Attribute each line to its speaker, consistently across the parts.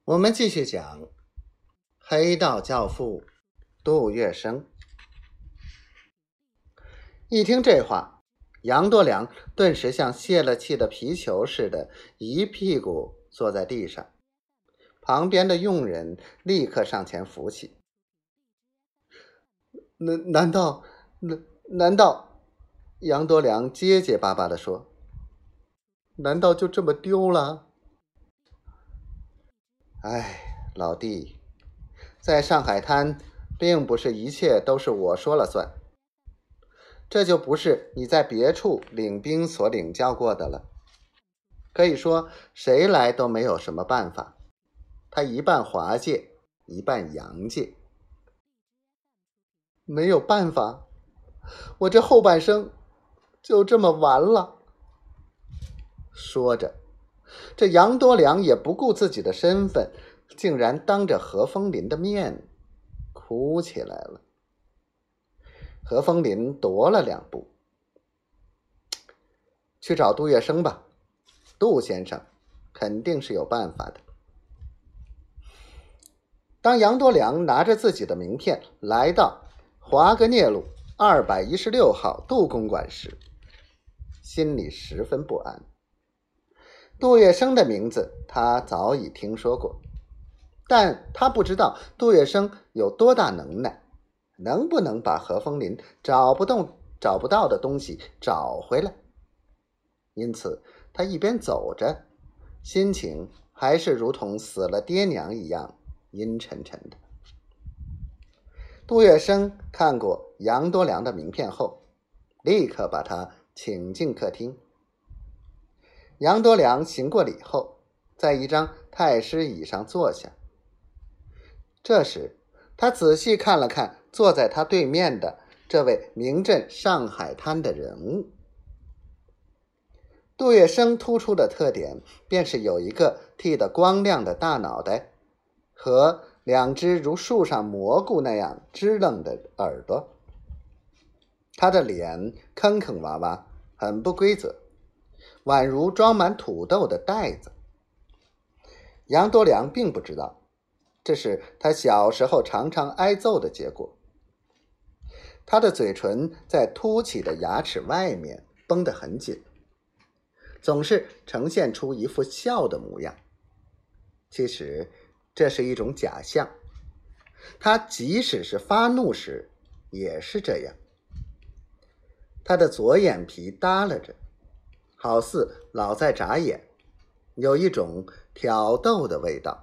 Speaker 1: 我们继续讲黑道教父杜月笙。一听这话，杨多良顿时像泄了气的皮球似的，一屁股坐在地上。旁边的佣人立刻上前扶起。难道杨多良结结巴巴地说，难道就这么丢了？哎，老弟，在上海滩并不是一切都是我说了算，这就不是你在别处领兵所领教过的了。可以说谁来都没有什么办法，他一半华界，一半洋界。没有办法，我这后半生就这么完了。说着，这杨多良也不顾自己的身份，竟然当着何风林的面哭起来了。何风林踱了2步，去找杜月笙吧，杜先生肯定是有办法的。当杨多良拿着自己的名片来到华格涅路216号杜公馆时，心里十分不安。杜月笙的名字他早已听说过，但他不知道杜月笙有多大能耐，能不能把何风林找不到的东西找回来。因此他一边走着，心情还是如同死了爹娘一样阴沉沉的。杜月笙看过杨多良的名片后，立刻把他请进客厅。杨多良行过礼后，在一张太师椅上坐下。这时他仔细看了看坐在他对面的这位名震上海滩的人物。杜月笙突出的特点便是有一个剃得光亮的大脑袋和2只如树上蘑菇那样支棱的耳朵。他的脸坑坑洼洼，很不规则，宛如装满土豆的袋子。杨多良并不知道，这是他小时候常常挨揍的结果。他的嘴唇在凸起的牙齿外面绷得很紧，总是呈现出一副笑的模样。其实这是一种假象，他即使是发怒时也是这样。他的左眼皮耷拉着，好似老在眨眼，有一种挑逗的味道。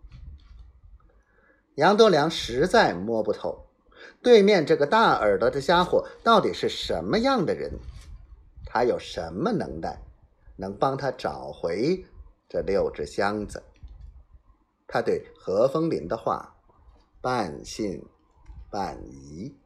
Speaker 1: 杨多良实在摸不透，对面这个大耳朵的家伙到底是什么样的人，他有什么能耐能帮他找回这6只箱子。他对何风林的话半信半疑。